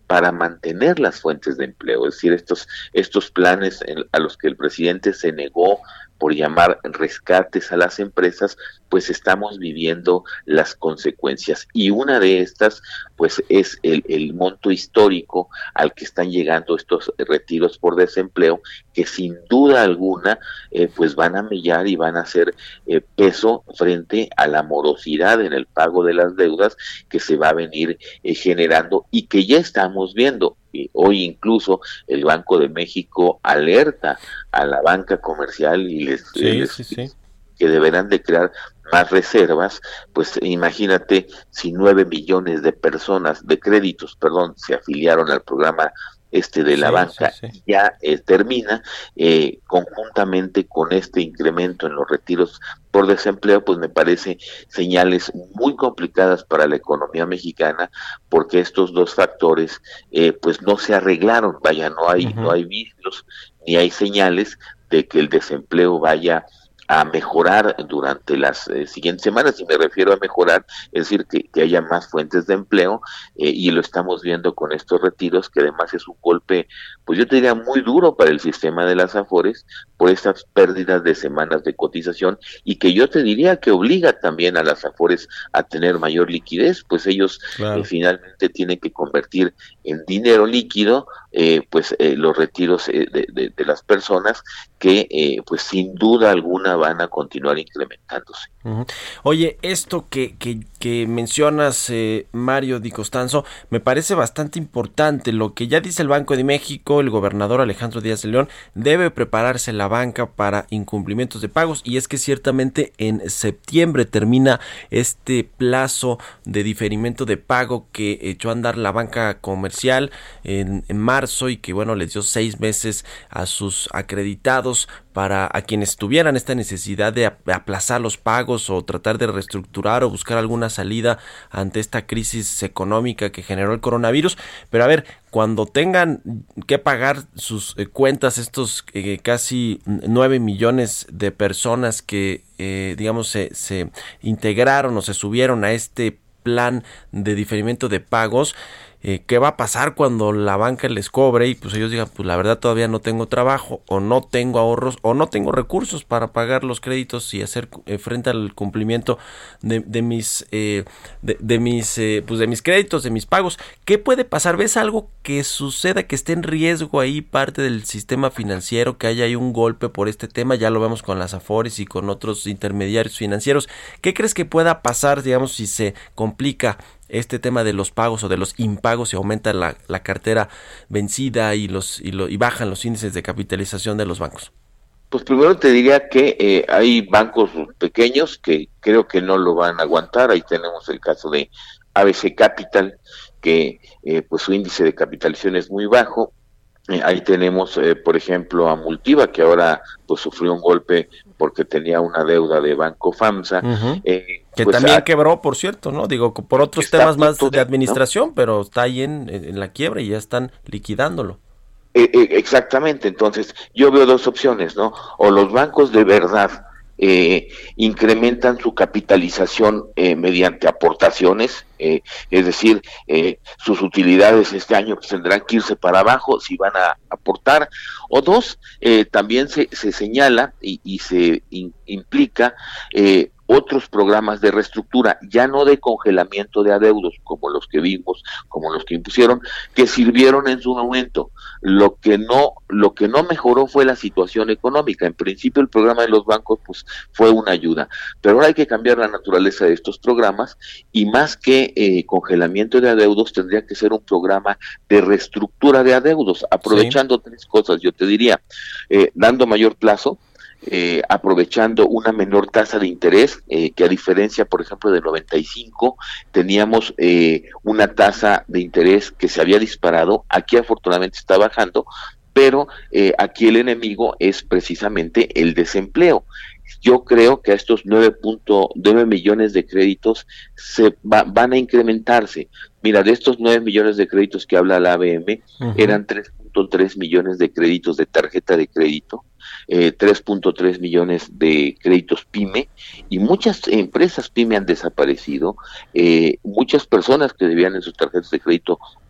Speaker 8: para mantener las fuentes de empleo. Es decir, estos, estos planes a los que el presidente se negó por llamar rescates a las empresas, pues estamos viviendo las consecuencias. Y una de estas, pues es el, el monto histórico al que están llegando estos retiros por desempleo, que sin duda alguna, eh, pues van a mellar y van a hacer eh, peso frente a la morosidad en el pago de las deudas que se va a venir eh, generando y que ya estamos viendo. Y hoy incluso el Banco de México alerta a la banca comercial y les,
Speaker 3: sí,
Speaker 8: les
Speaker 3: sí, sí.
Speaker 8: que deberán de crear más reservas. Pues imagínate si nueve millones de personas, de créditos, perdón, se afiliaron al programa este de la
Speaker 3: sí,
Speaker 8: banca,
Speaker 3: sí, sí.
Speaker 8: ya eh, termina, eh, conjuntamente con este incremento en los retiros por desempleo, pues me parece señales muy complicadas para la economía mexicana, porque estos dos factores eh, pues no se arreglaron, vaya, no hay, uh-huh. no hay vicios, ni hay señales de que el desempleo vaya a mejorar durante las eh, siguientes semanas, y me refiero a mejorar, es decir, que, que haya más fuentes de empleo, eh, y lo estamos viendo con estos retiros, que además es un golpe, pues yo te diría muy duro para el sistema de las AFORES, por estas pérdidas de semanas de cotización, y que yo te diría que obliga también a las AFORES a tener mayor liquidez, pues ellos claro. eh, finalmente tienen que convertir en dinero líquido, eh, pues eh, los retiros eh, de, de, de las personas, que eh, pues sin duda alguna van a continuar incrementándose.
Speaker 3: Uh-huh. Oye, esto que, que, que mencionas, eh, Mario Di Costanzo, me parece bastante importante. Lo que ya dice el Banco de México, el gobernador Alejandro Díaz de León, debe prepararse la banca para incumplimientos de pagos, y es que ciertamente en septiembre termina este plazo de diferimiento de pago que echó a andar la banca comercial en, en marzo, y que bueno, les dio seis meses a sus acreditados para a quienes tuvieran esta necesidad de aplazar los pagos o tratar de reestructurar o buscar alguna salida ante esta crisis económica que generó el coronavirus. Pero a ver, cuando tengan que pagar sus eh, cuentas, estos eh, casi nueve millones de personas que eh, digamos se, se integraron o se subieron a este plan de diferimiento de pagos, Eh, ¿qué va a pasar cuando la banca les cobre y pues ellos digan, pues la verdad todavía no tengo trabajo, o no tengo ahorros, o no tengo recursos para pagar los créditos y hacer eh, frente al cumplimiento de, de mis eh, de, de mis eh, pues de mis créditos, de mis pagos? ¿Qué puede pasar? ¿Ves algo que suceda, que esté en riesgo ahí parte del sistema financiero, que haya ahí un golpe por este tema? Ya lo vemos con las AFORES y con otros intermediarios financieros. ¿Qué crees que pueda pasar, digamos, si se complica este tema de los pagos o de los impagos, y aumenta la, la cartera vencida y los y, lo, y bajan los índices de capitalización de los bancos?
Speaker 8: Pues primero te diría que eh, hay bancos pequeños que creo que no lo van a aguantar. Ahí tenemos el caso de A B C Capital, que eh, pues su índice de capitalización es muy bajo. Eh, ahí tenemos, eh, por ejemplo, a Multiva, que ahora pues sufrió un golpe porque tenía una deuda de Banco FAMSA.
Speaker 3: Uh-huh.
Speaker 8: eh,
Speaker 3: que
Speaker 8: pues
Speaker 3: también
Speaker 8: a,
Speaker 3: quebró, por cierto, ¿no? Digo, por otros temas más de administración, ¿no? Pero está ahí en, en la quiebra y ya están liquidándolo.
Speaker 8: Eh, eh, exactamente, entonces yo veo dos opciones, ¿no? O los bancos de verdad eh, incrementan su capitalización eh, mediante aportaciones, eh, es decir, eh, sus utilidades este año pues, tendrán que irse para abajo si van a aportar, o dos, eh, también se, se señala y, y se in, implica eh, otros programas de reestructura, ya no de congelamiento de adeudos como los que vimos, como los que impusieron, que sirvieron en su momento. Lo que no, lo que no mejoró fue la situación económica. En principio el programa de los bancos pues fue una ayuda, pero ahora hay que cambiar la naturaleza de estos programas, y más que eh, congelamiento de adeudos tendría que ser un programa de reestructura de adeudos, aprovechando sí. tres cosas, yo te diría, eh, dando mayor plazo, Eh, aprovechando una menor tasa de interés, eh, que a diferencia, por ejemplo, de noventa y cinco, teníamos eh, una tasa de interés que se había disparado. Aquí afortunadamente está bajando, pero eh, aquí el enemigo es precisamente el desempleo. Yo creo que a estos nueve punto nueve millones de créditos se va, van a incrementarse. Mira, de estos nueve millones de créditos que habla la A B M, uh-huh. eran tres punto tres millones de créditos de tarjeta de crédito, eh, tres punto tres millones de créditos PYME, y muchas empresas PYME han desaparecido, eh, muchas personas que debían en sus tarjetas de crédito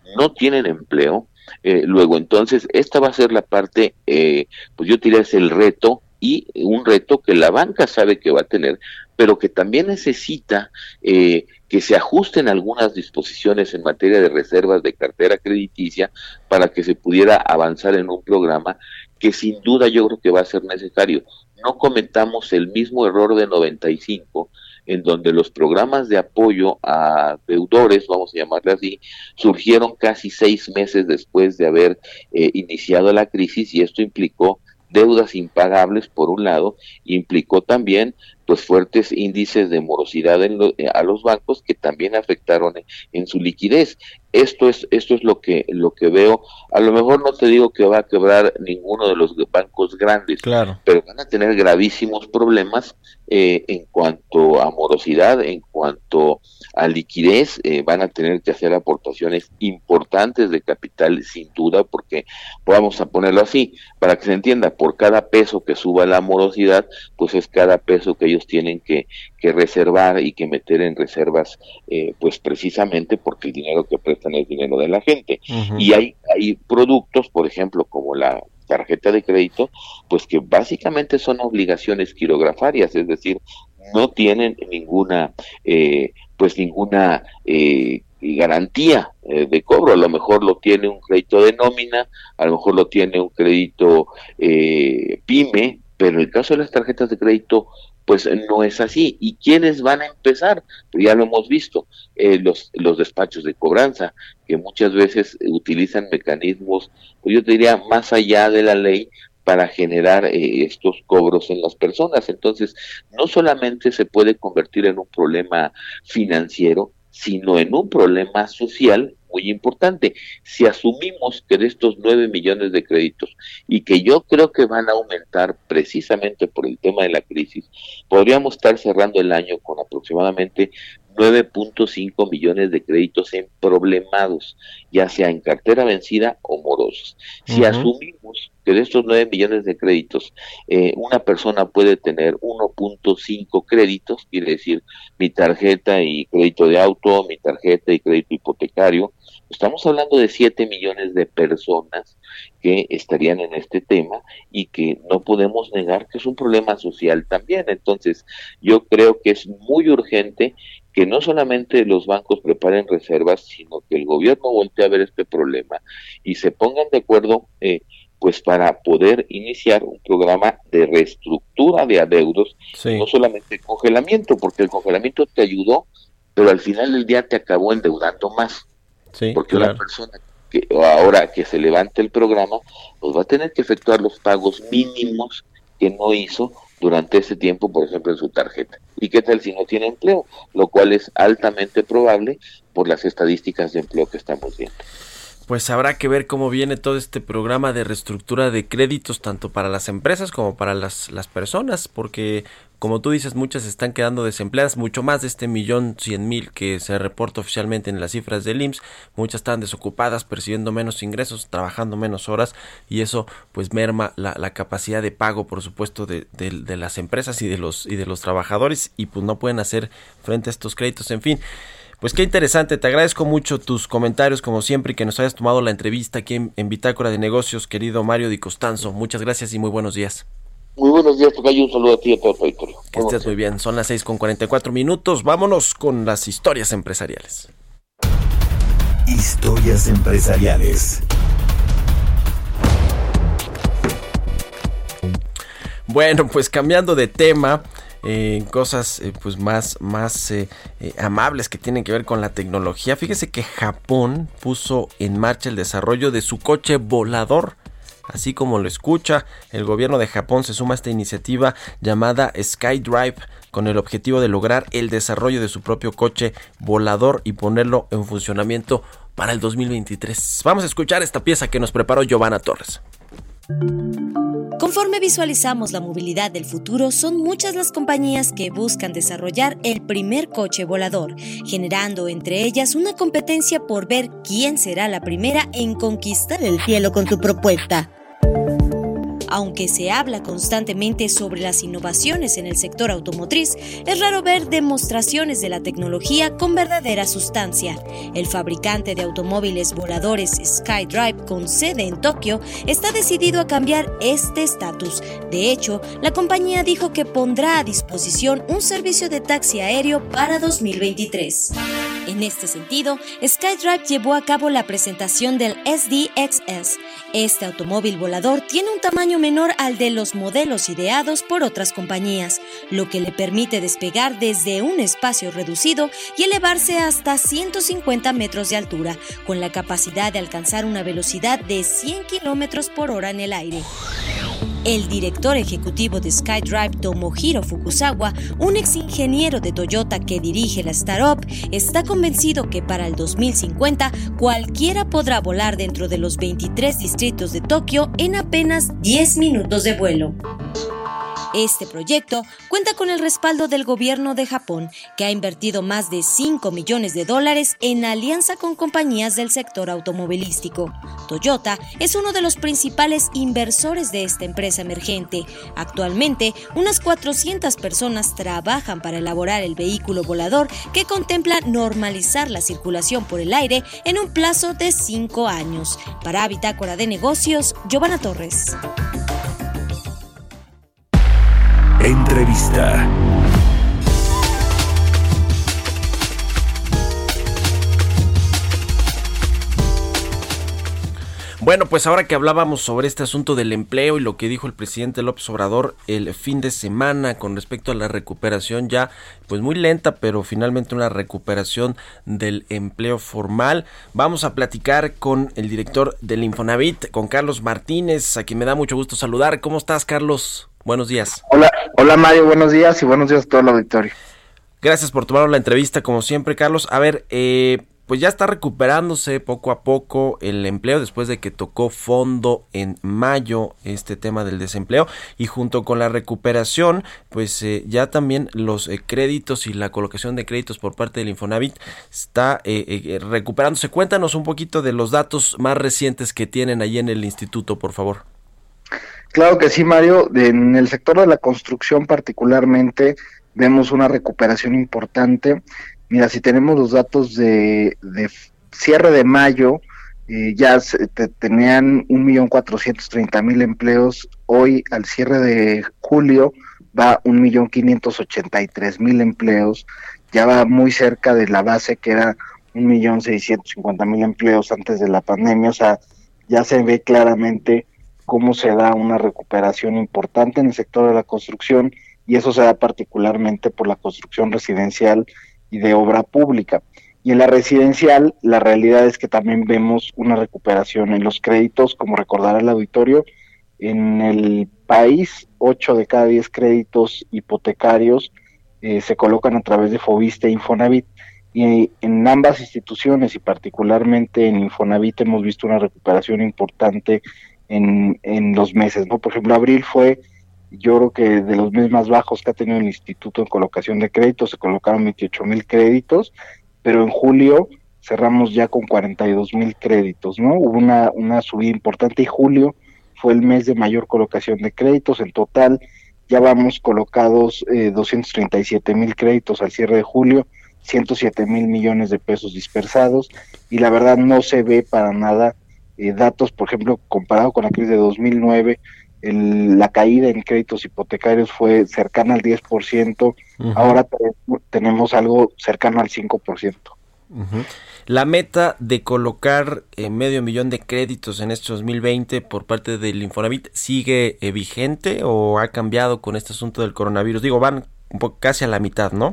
Speaker 8: no tienen empleo. Eh, luego, entonces, esta va a ser la parte, eh, pues yo diría es el reto, y un reto que la banca sabe que va a tener, pero que también necesita eh, que se ajusten algunas disposiciones en materia de reservas de cartera crediticia para que se pudiera avanzar en un programa que sin duda yo creo que va a ser necesario. No cometamos el mismo error de noventa y cinco, en donde los programas de apoyo a deudores, vamos a llamarle así, surgieron casi seis meses después de haber eh, iniciado la crisis, y esto implicó deudas impagables por un lado, implicó también pues fuertes índices de morosidad en lo, a los bancos que también afectaron en, en su liquidez. Esto es esto es lo que lo que veo. A lo mejor no te digo que va a quebrar ninguno de los bancos grandes,
Speaker 3: claro,
Speaker 8: pero van a tener gravísimos problemas eh, en cuanto a morosidad, en cuanto a liquidez. Eh, van a tener que hacer aportaciones importantes de capital, sin duda, porque vamos a ponerlo así, para que se entienda, por cada peso que suba la morosidad, pues es cada peso que ellos tienen que, que reservar y que meter en reservas, eh, pues precisamente porque el dinero que prestan es dinero de la gente. Uh-huh. Y hay, hay productos, por ejemplo, como la tarjeta de crédito, pues que básicamente son obligaciones quirografarias, es decir, no tienen ninguna, eh, pues ninguna eh, garantía eh, de cobro. A lo mejor lo tiene un crédito de nómina, a lo mejor lo tiene un crédito eh, pyme, pero en el caso de las tarjetas de crédito, pues no es así. ¿Y quiénes van a empezar? Pues ya lo hemos visto, eh, los, los despachos de cobranza, que muchas veces utilizan mecanismos, pues yo te diría, más allá de la ley, para generar eh, estos cobros en las personas. Entonces, no solamente se puede convertir en un problema financiero, sino en un problema social muy importante. Si asumimos que de estos nueve millones de créditos, y que yo creo que van a aumentar precisamente por el tema de la crisis, podríamos estar cerrando el año con aproximadamente nueve punto cinco millones de créditos en problemados, ya sea en cartera vencida o morosos. Si uh-huh. asumimos que de estos nueve millones de créditos, eh, una persona puede tener uno punto cinco créditos, quiere decir mi tarjeta y crédito de auto, mi tarjeta y crédito hipotecario, estamos hablando de siete millones de personas que estarían en este tema, y que no podemos negar que es un problema social también. Entonces, yo creo que es muy urgente que no solamente los bancos preparen reservas, sino que el gobierno voltee a ver este problema y se pongan de acuerdo eh, pues para poder iniciar un programa de reestructura de adeudos, sí. No solamente congelamiento, porque el congelamiento te ayudó, pero al final del día te acabó endeudando más, sí, porque claro. Una persona que ahora que se levante el programa, pues va a tener que efectuar los pagos mínimos que no hizo durante ese tiempo, por ejemplo, en su tarjeta. ¿Y qué tal si no tiene empleo? Lo cual es altamente probable por las estadísticas de empleo que estamos viendo.
Speaker 3: Pues habrá que ver cómo viene todo este programa de reestructura de créditos, tanto para las empresas como para las, las personas, porque como tú dices, muchas están quedando desempleadas, mucho más de este millón cien mil que se reporta oficialmente en las cifras del I M S S, muchas están desocupadas, percibiendo menos ingresos, trabajando menos horas, y eso pues merma la, la capacidad de pago, por supuesto, de, de, de las empresas y de los y de los trabajadores, y pues no pueden hacer frente a estos créditos. En fin, pues qué interesante, te agradezco mucho tus comentarios como siempre y que nos hayas tomado la entrevista aquí en, en Bitácora de Negocios, querido Mario Di Costanzo. Muchas gracias y muy buenos días.
Speaker 8: Muy buenos días, tocayo, un saludo a ti y a todo el auditorio.
Speaker 3: Que estés muy bien, son las seis con cuarenta y cuatro minutos, vámonos con las historias empresariales.
Speaker 2: Historias empresariales.
Speaker 3: Bueno, pues cambiando de tema, en eh, cosas eh, pues más, más eh, eh, amables que tienen que ver con la tecnología. Fíjese que Japón puso en marcha el desarrollo de su coche volador. Así como lo escucha, el gobierno de Japón se suma a esta iniciativa llamada SkyDrive con el objetivo de lograr el desarrollo de su propio coche volador y ponerlo en funcionamiento para el dos mil veintitrés. Vamos a escuchar esta pieza que nos preparó Giovanna Torres.
Speaker 9: Conforme visualizamos la movilidad del futuro, son muchas las compañías que buscan desarrollar el primer coche volador, generando entre ellas una competencia por ver quién será la primera en conquistar el cielo con su propuesta. Aunque se habla constantemente sobre las innovaciones en el sector automotriz, es raro ver demostraciones de la tecnología con verdadera sustancia. El fabricante de automóviles voladores SkyDrive, con sede en Tokio, está decidido a cambiar este estatus. De hecho, la compañía dijo que pondrá a disposición un servicio de taxi aéreo para dos mil veintitrés. En este sentido, SkyDrive llevó a cabo la presentación del S D X S. Este automóvil volador tiene un tamaño menor al de los modelos ideados por otras compañías, lo que le permite despegar desde un espacio reducido y elevarse hasta ciento cincuenta metros de altura, con la capacidad de alcanzar una velocidad de cien kilómetros por hora en el aire. El director ejecutivo de SkyDrive, Tomohiro Fukusawa, un ex ingeniero de Toyota que dirige la startup, está convencido que para el dos mil cincuenta cualquiera podrá volar dentro de los veintitrés distritos de Tokio en apenas diez minutos de vuelo. Este proyecto cuenta con el respaldo del gobierno de Japón, que ha invertido más de cinco millones de dólares en alianza con compañías del sector automovilístico. Toyota es uno de los principales inversores de esta empresa emergente. Actualmente, unas cuatrocientas personas trabajan para elaborar el vehículo volador que contempla normalizar la circulación por el aire en un plazo de cinco años. Para Bitácora de Negocios, Giovanna Torres.
Speaker 2: Entrevista.
Speaker 3: Bueno, pues ahora que hablábamos sobre este asunto del empleo y lo que dijo el presidente López Obrador el fin de semana con respecto a la recuperación ya pues muy lenta, pero finalmente una recuperación del empleo formal, vamos a platicar con el director del Infonavit, con Carlos Martínez, a quien me da mucho gusto saludar. ¿Cómo estás, Carlos? Buenos días.
Speaker 10: Hola, hola Mario, buenos días y buenos días a todo el auditorio.
Speaker 3: Gracias por tomar la entrevista como siempre, Carlos. A ver, eh... pues ya está recuperándose poco a poco el empleo después de que tocó fondo en mayo este tema del desempleo, y junto con la recuperación pues eh, ya también los eh, créditos y la colocación de créditos por parte del Infonavit está eh, eh, recuperándose. Cuéntanos un poquito de los datos más recientes que tienen ahí en el instituto, por favor.
Speaker 10: Claro que sí, Mario. En el sector de la construcción particularmente vemos una recuperación importante. Mira, si tenemos los datos de, de cierre de mayo, eh, ya se, te, tenían un millón cuatrocientos treinta mil empleos. Hoy, al cierre de julio, va un millón quinientos ochenta y tres mil empleos. Ya va muy cerca de la base, que era un millón seiscientos cincuenta mil empleos antes de la pandemia. O sea, ya se ve claramente cómo se da una recuperación importante en el sector de la construcción, y eso se da particularmente por la construcción residencial y de obra pública. Y en la residencial, la realidad es que también vemos una recuperación en los créditos. Como recordará el auditorio, en el país, ocho de cada diez créditos hipotecarios eh, se colocan a través de Foviste e Infonavit, y en ambas instituciones, y particularmente en Infonavit, hemos visto una recuperación importante en, en los meses, ¿no? Por ejemplo, abril fue, yo creo que de los meses más bajos que ha tenido el instituto en colocación de créditos. Se colocaron veintiocho mil créditos, pero en julio cerramos ya con cuarenta y dos mil créditos, ¿no? Hubo una, una subida importante, y julio fue el mes de mayor colocación de créditos. En total ya vamos colocados eh, doscientos treinta y siete mil créditos al cierre de julio, ciento siete mil millones de pesos dispersados, y la verdad no se ve para nada eh, datos, por ejemplo, comparado con la crisis de dos mil nueve, El, la caída en créditos hipotecarios fue cercana al diez por ciento, uh-huh. Ahora te, tenemos algo cercano al cinco por ciento.
Speaker 3: Uh-huh. La meta de colocar eh, medio millón de créditos en este dos mil veinte por parte del Infonavit, ¿sigue eh, vigente o ha cambiado con este asunto del coronavirus? Digo, van un poco casi a la mitad, ¿no?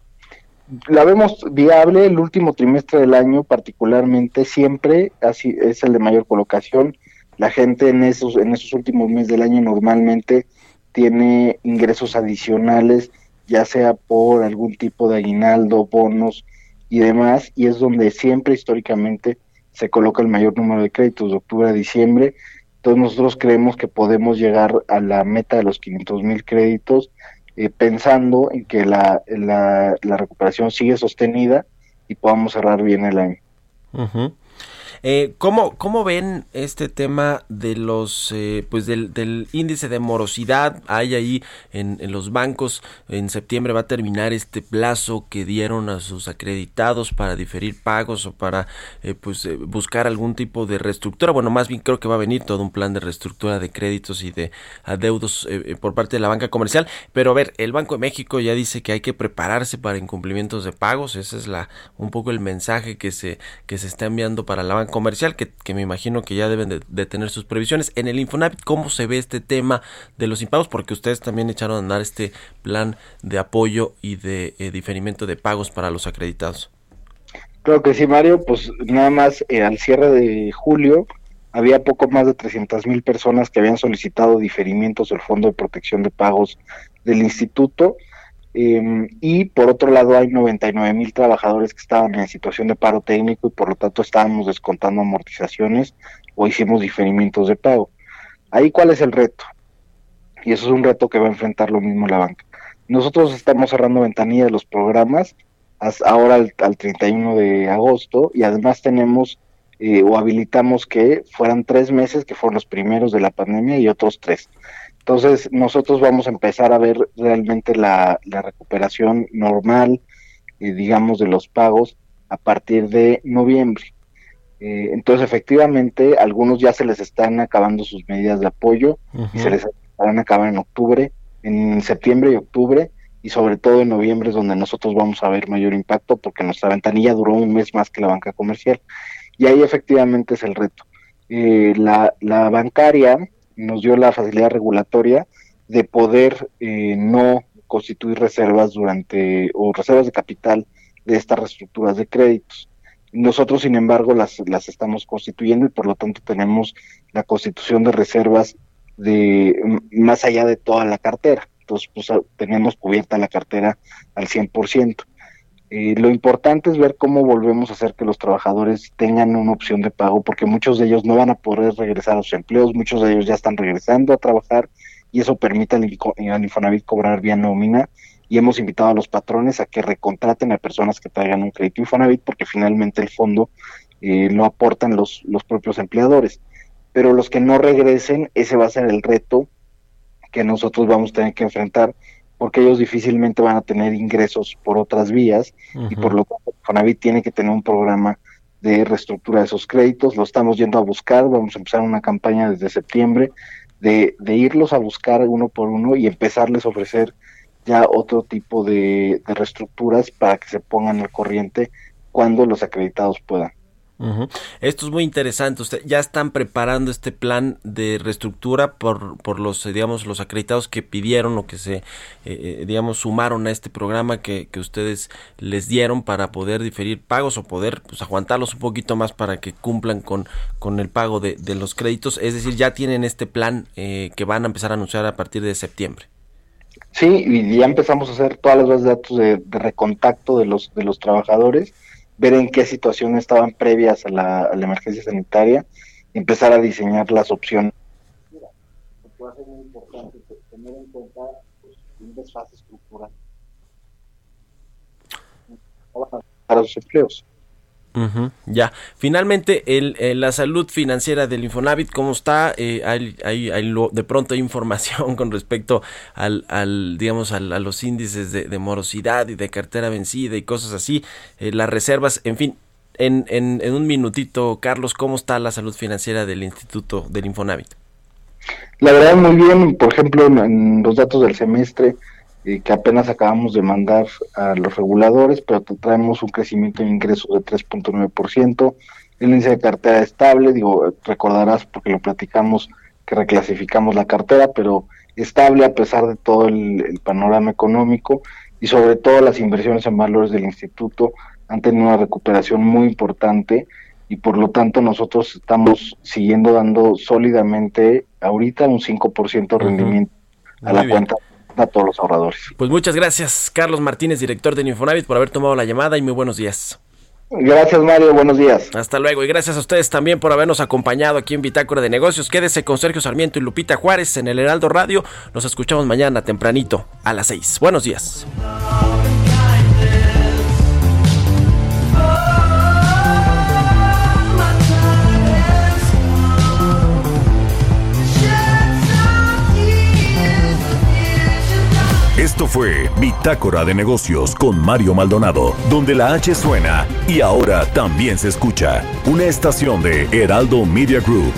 Speaker 10: La vemos viable. El último trimestre del año particularmente siempre así es el de mayor colocación. La gente en esos en esos últimos meses del año normalmente tiene ingresos adicionales, ya sea por algún tipo de aguinaldo, bonos y demás, y es donde siempre históricamente se coloca el mayor número de créditos, de octubre a diciembre. Entonces nosotros creemos que podemos llegar a la meta de los quinientos mil créditos, eh, pensando en que la, la, la recuperación sigue sostenida y podamos cerrar bien el año.
Speaker 3: Uh-huh. Eh, ¿cómo, ¿Cómo ven este tema de los eh, pues del, del índice de morosidad? Hay ahí en, en los bancos, en septiembre va a terminar este plazo que dieron a sus acreditados para diferir pagos o para eh, pues eh, buscar algún tipo de reestructura. Bueno, más bien creo que va a venir todo un plan de reestructura de créditos y de adeudos eh, por parte de la banca comercial. Pero a ver, el Banco de México ya dice que hay que prepararse para incumplimientos de pagos. Ese es la un poco el mensaje que se que se está enviando para la banca comercial, que, que me imagino que ya deben de, de tener sus previsiones. En el Infonavit, ¿cómo se ve este tema de los impagos? Porque ustedes también echaron a andar este plan de apoyo y de eh, diferimiento de pagos para los acreditados.
Speaker 10: Creo que sí, Mario, pues nada más eh, al cierre de julio había poco más de trescientas mil personas que habían solicitado diferimientos del Fondo de Protección de Pagos del Instituto, eh, y por otro lado hay noventa y nueve mil trabajadores que estaban en situación de paro técnico y por lo tanto estábamos descontando amortizaciones o hicimos diferimientos de pago. Ahí, ¿cuál es el reto? Y eso es un reto que va a enfrentar lo mismo la banca. Nosotros estamos cerrando ventanilla de los programas ahora al, al treinta y uno de agosto y además tenemos eh, o habilitamos que fueran tres meses, que fueron los primeros de la pandemia, y otros tres. Entonces nosotros vamos a empezar a ver realmente la, la recuperación normal, eh, digamos, de los pagos a partir de noviembre. Eh, entonces efectivamente algunos ya se les están acabando sus medidas de apoyo, uh-huh. y se les van a acabar en octubre, en septiembre y octubre, y sobre todo en noviembre es donde nosotros vamos a ver mayor impacto, porque nuestra ventanilla duró un mes más que la banca comercial, y ahí efectivamente es el reto. Eh, la, la bancaria nos dio la facilidad regulatoria de poder eh, no constituir reservas durante, o reservas de capital de estas reestructuras de créditos. Nosotros, sin embargo, las, las estamos constituyendo y por lo tanto tenemos la constitución de reservas de más allá de toda la cartera. Entonces, pues tenemos cubierta la cartera al cien por ciento. Eh, lo importante es ver cómo volvemos a hacer que los trabajadores tengan una opción de pago, porque muchos de ellos no van a poder regresar a sus empleos, muchos de ellos ya están regresando a trabajar y eso permite al, al Infonavit cobrar vía nómina, y hemos invitado a los patrones a que recontraten a personas que traigan un crédito Infonavit, porque finalmente el fondo eh, lo aportan los, los propios empleadores. Pero los que no regresen, ese va a ser el reto que nosotros vamos a tener que enfrentar, porque ellos difícilmente van a tener ingresos por otras vías, uh-huh. y por lo tanto Infonavit tiene que tener un programa de reestructura de esos créditos. Lo estamos yendo a buscar, vamos a empezar una campaña desde septiembre de, de irlos a buscar uno por uno y empezarles a ofrecer ya otro tipo de, de reestructuras para que se pongan al corriente cuando los acreditados puedan.
Speaker 3: Uh-huh. Esto es muy interesante. Usted ya están preparando este plan de reestructura por por los digamos los acreditados que pidieron o que se eh, digamos sumaron a este programa que, que ustedes les dieron para poder diferir pagos o poder pues aguantarlos un poquito más para que cumplan con con el pago de, de los créditos. Es decir, ya tienen este plan eh, que van a empezar a anunciar a partir de septiembre.
Speaker 10: Sí, y ya empezamos a hacer todas las bases de datos de, de recontacto de los de los trabajadores, ver en qué situación estaban previas a la, a la emergencia sanitaria y empezar a diseñar las opciones. Mira, va a ser muy importante tener en cuenta pues, un desfase estructural para los empleos.
Speaker 3: Uh-huh, ya, finalmente el, el, la salud financiera del Infonavit, ¿cómo está? Eh, hay, hay, hay lo, de pronto hay información con respecto al, al digamos, al, a los índices de, de morosidad y de cartera vencida y cosas así, eh, las reservas, en fin, en, en, en un minutito, Carlos, ¿cómo está la salud financiera del Instituto del Infonavit?
Speaker 10: La verdad, muy bien. Por ejemplo, en, en los datos del semestre, Eh, que apenas acabamos de mandar a los reguladores, pero traemos un crecimiento en ingresos de tres punto nueve por ciento, el índice de cartera estable, digo, recordarás porque lo platicamos que reclasificamos la cartera, pero estable a pesar de todo el, el panorama económico, y sobre todo las inversiones en valores del instituto han tenido una recuperación muy importante, y por lo tanto nosotros estamos siguiendo dando sólidamente ahorita un cinco por ciento de rendimiento uh-huh. a la bien. cuenta a todos los ahorradores.
Speaker 3: Pues muchas gracias, Carlos Martínez, director del Infonavit, por haber tomado la llamada y muy buenos días.
Speaker 10: Gracias, Mario, buenos días.
Speaker 3: Hasta luego, y gracias a ustedes también por habernos acompañado aquí en Bitácora de Negocios. Quédese con Sergio Sarmiento y Lupita Juárez en el Heraldo Radio. Nos escuchamos mañana tempranito a las seis. Buenos días.
Speaker 11: My time.
Speaker 2: fue Bitácora de Negocios con Mario Maldonado, donde la H suena y ahora también se escucha. Una estación de Heraldo Media Group.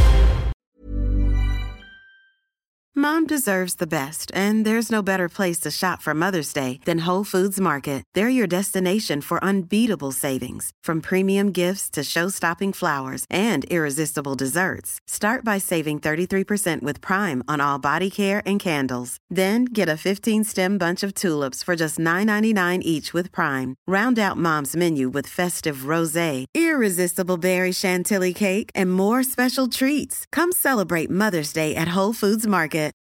Speaker 11: Mom deserves the best, and there's no better place to shop for Mother's Day than Whole Foods Market. They're your destination for unbeatable savings, from premium gifts to show-stopping flowers and irresistible desserts. Start by saving thirty-three percent with Prime on all body care and candles. Then get a fifteen-stem bunch of tulips for just nine ninety-nine each with Prime. Round out Mom's menu with festive rosé, irresistible berry chantilly cake, and more special treats. Come celebrate Mother's Day at Whole Foods Market.